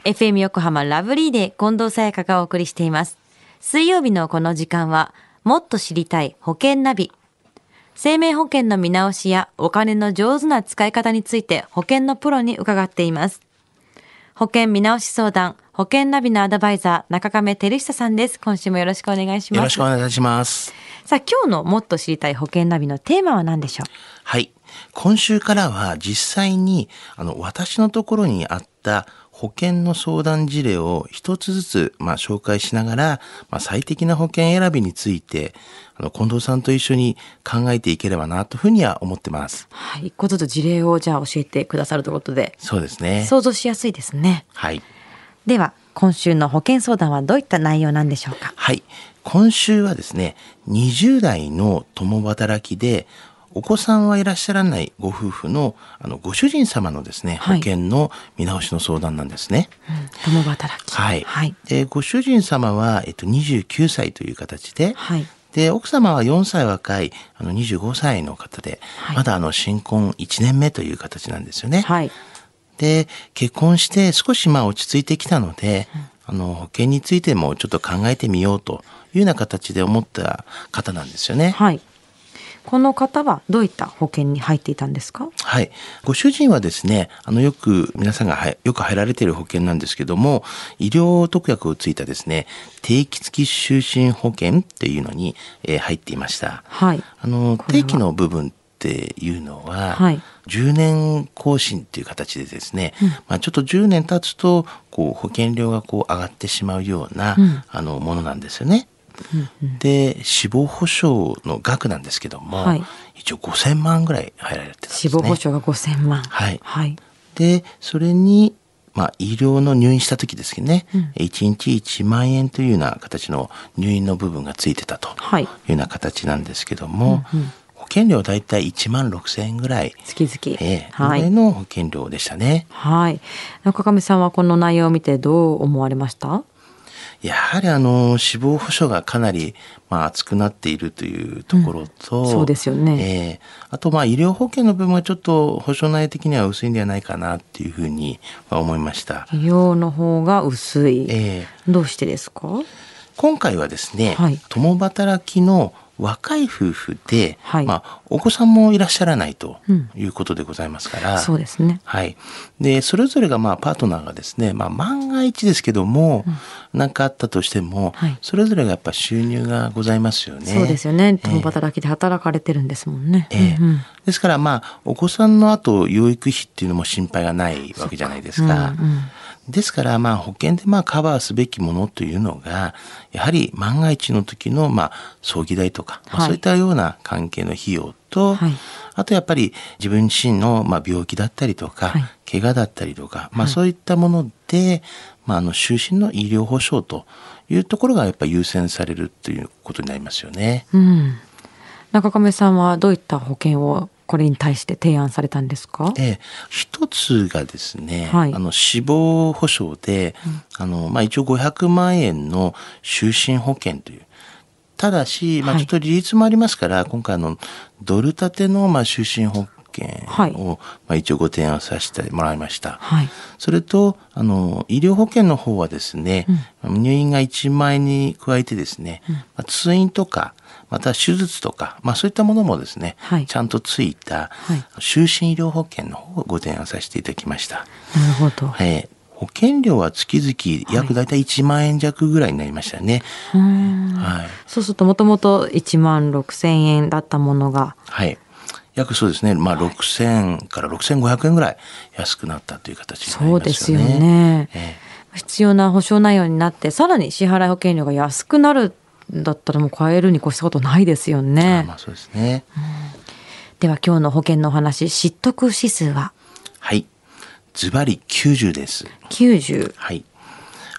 FM 横浜ラブリーで近藤沙耶香がお送りしています。水曜日のこの時間は、もっと知りたい保険ナビ。生命保険の見直しやお金の上手な使い方について保険のプロに伺っています。保険見直し相談、保険ナビのアドバイザー、中亀照久さんです。今週もよろしくお願いします。 よろしくお願いします。 さあ、今日のもっと知りたい保険ナビのテーマは何でしょう？ はい。今週からは実際に私のところにあった保険の相談事例を一つずつ紹介しながら、最適な保険選びについて近藤さんと一緒に考えていければなというふうには思ってます。 はい。一個ずつ事例をじゃあ教えてくださるということで。 そうですね。 想像しやすいですね。 はい。 では、今週の保険相談はどういった内容なんでしょうか？ はい。今週はですね、20代の共働きでお子さんはいらっしゃらないご夫婦のご主人様のですね、 はい、 保険の見直しの相談なんですね。 共働き。 はい。はい、でご主人様は29歳という形で、はい、で奥様は4歳若い25歳の方で、はい、まだ新婚1年目という形なんですよね。はい。で結婚して少し落ち着いてきたので、保険についてもちょっと考えてみようというような形で思った方なんですよね。 はい。この方はどういった保険に入っていたんですか？ はい。ご主人はですね、よく皆さんがよく入られている保険なんですけども、医療特約をついたですね、定期付き就寝保険っていうのに、入っていました。はい。定期の部分っていうのは、はい、10年更新っていう形でですね、ちょっと10年経つと保険料が上がってしまうような、ものなんですよね。で死亡保障の額なんですけども、はい、一応5000万ぐらい入られてたんですね。 死亡保障が5000万。 はい。はい、でそれに医療の入院した時ですけどね、1日1万円というような形の入院の部分がついてたというような形なんですけども、保険料はだいたい1万6000円ぐらい月々、 ぐらいの保険料でしたね。 はい。中上さんはこの内容を見てどう思われました？ やはり死亡保障がかなり厚くなっているというところと、 そうですよね。 あと医療保険の部分はちょっと保障内容的には薄いんではないかなっていうふうに思いました。 医療の方が薄い。どうしてですか？ 今回はですね、共働きの若い夫婦で、お子さんもいらっしゃらないということでございますから、 そうですね。 はい。で、それぞれがパートナーがですね、万が一ですけども、何かあったとしても、それぞれがやっぱ収入がございますよね。 そうですよね。共働きで働かれてるんですもんね。 ですからお子さんの後養育費っていうのも心配がないわけじゃないですか。ですから保険でカバーすべきものというのがやはり万が一の時の葬儀代とか、そういったような関係の費用と、あとやっぱり自分自身の病気だったりとか、怪我だったりとか、そういったもので就寝の医療保障というところがやっぱり優先されるということになりますよね。 中亀さんはどういった保険をこれに対して提案されたんですか？ 一つがですね、死亡保障で、一応500万円の就寝保険という。ただし、ちょっと利率もありますから、今回ドル建ての就寝保険を、一応ご提案させてもらいました。それと、医療保険の方はですね、入院が1万円に加えてですね、通院とか、また手術とか、そういったものもですね、ちゃんとついた就寝医療保険の方をご提案させていただきました。 なるほど。 保険料は月々約だいたい1万円弱ぐらいになりましたね。 そうするともともと1万6000円だったものが、 約そうですね、6000から6500円ぐらい安くなったという形になりますよね。 そうですよね。必要な保証内容になってさらに支払い保険料が安くなるだったらもう変えるに越したことないですよね。 そうですね。 では今日の保険のお話、知得指数は？ はい。ズバリ90です。 90。 はい。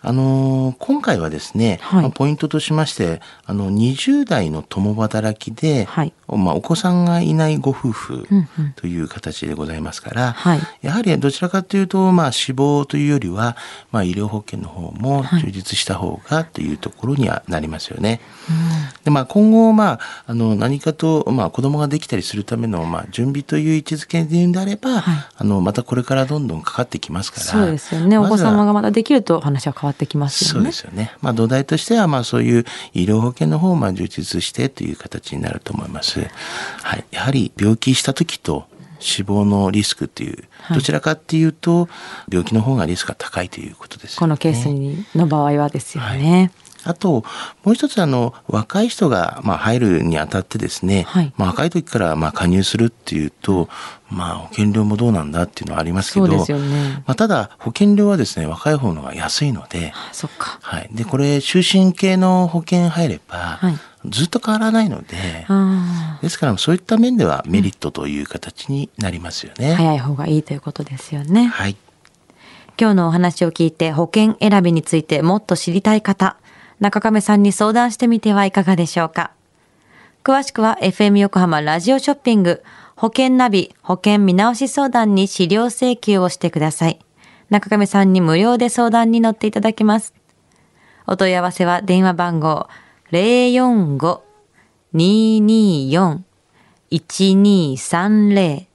今回はですね、ポイントとしまして、20代の共働きで、お子さんがいないご夫婦という形でございますから、やはりどちらかというと、死亡というよりは、医療保険の方も充実した方がというところにはなりますよね。で今後、何かと、子供ができたりするための、準備という位置づけで言うんであれば、またこれからどんどんかかってきますから。 そうですよね。お子様がまたできると話は変わってきますよね。 そうですよね。土台としては、そういう医療保険の方を充実してという形になると思います。やはり病気した時と死亡のリスクっていう、どちらかっていうと病気の方がリスクが高いということですよね。 このケースの場合はですよね。 あともう一つ若い人が入るにあたってですね、若い時から加入するっていうと保険料もどうなんだっていうのはありますけど、 そうですよね。 ただ保険料はですね若い方のが安いので、 そっか。 でこれ終身系の保険入れば、ずっと変わらないので、ですからそういった面ではメリットという形になりますよね。 早い方がいいということですよね。 はい。 今日のお話を聞いて保険選びについてもっと知りたい方、中亀さんに相談してみてはいかがでしょうか。詳しくは FM 横浜ラジオショッピング保険ナビ保険見直し相談に資料請求をしてください。中亀さんに無料で相談に乗っていただきます。お問い合わせは電話番号 045-224-1230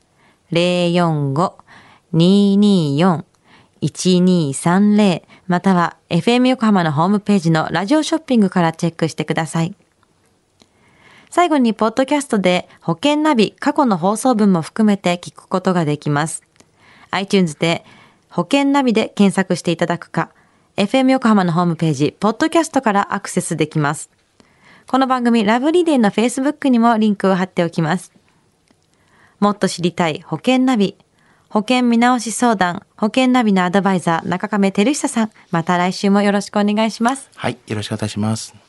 045-224-1230または FM 横浜のホームページのラジオショッピングからチェックしてください。最後にポッドキャストで保険ナビ過去の放送分も含めて聞くことができます。iTunes で保険ナビで検索していただくか、FM 横浜のホームページポッドキャストからアクセスできます。この番組ラブリデーの Facebook にもリンクを貼っておきます。もっと知りたい保険ナビ保険見直し相談、保険ナビのアドバイザー、中亀照久さん、また来週もよろしくお願いします。 はい、よろしくお願いします。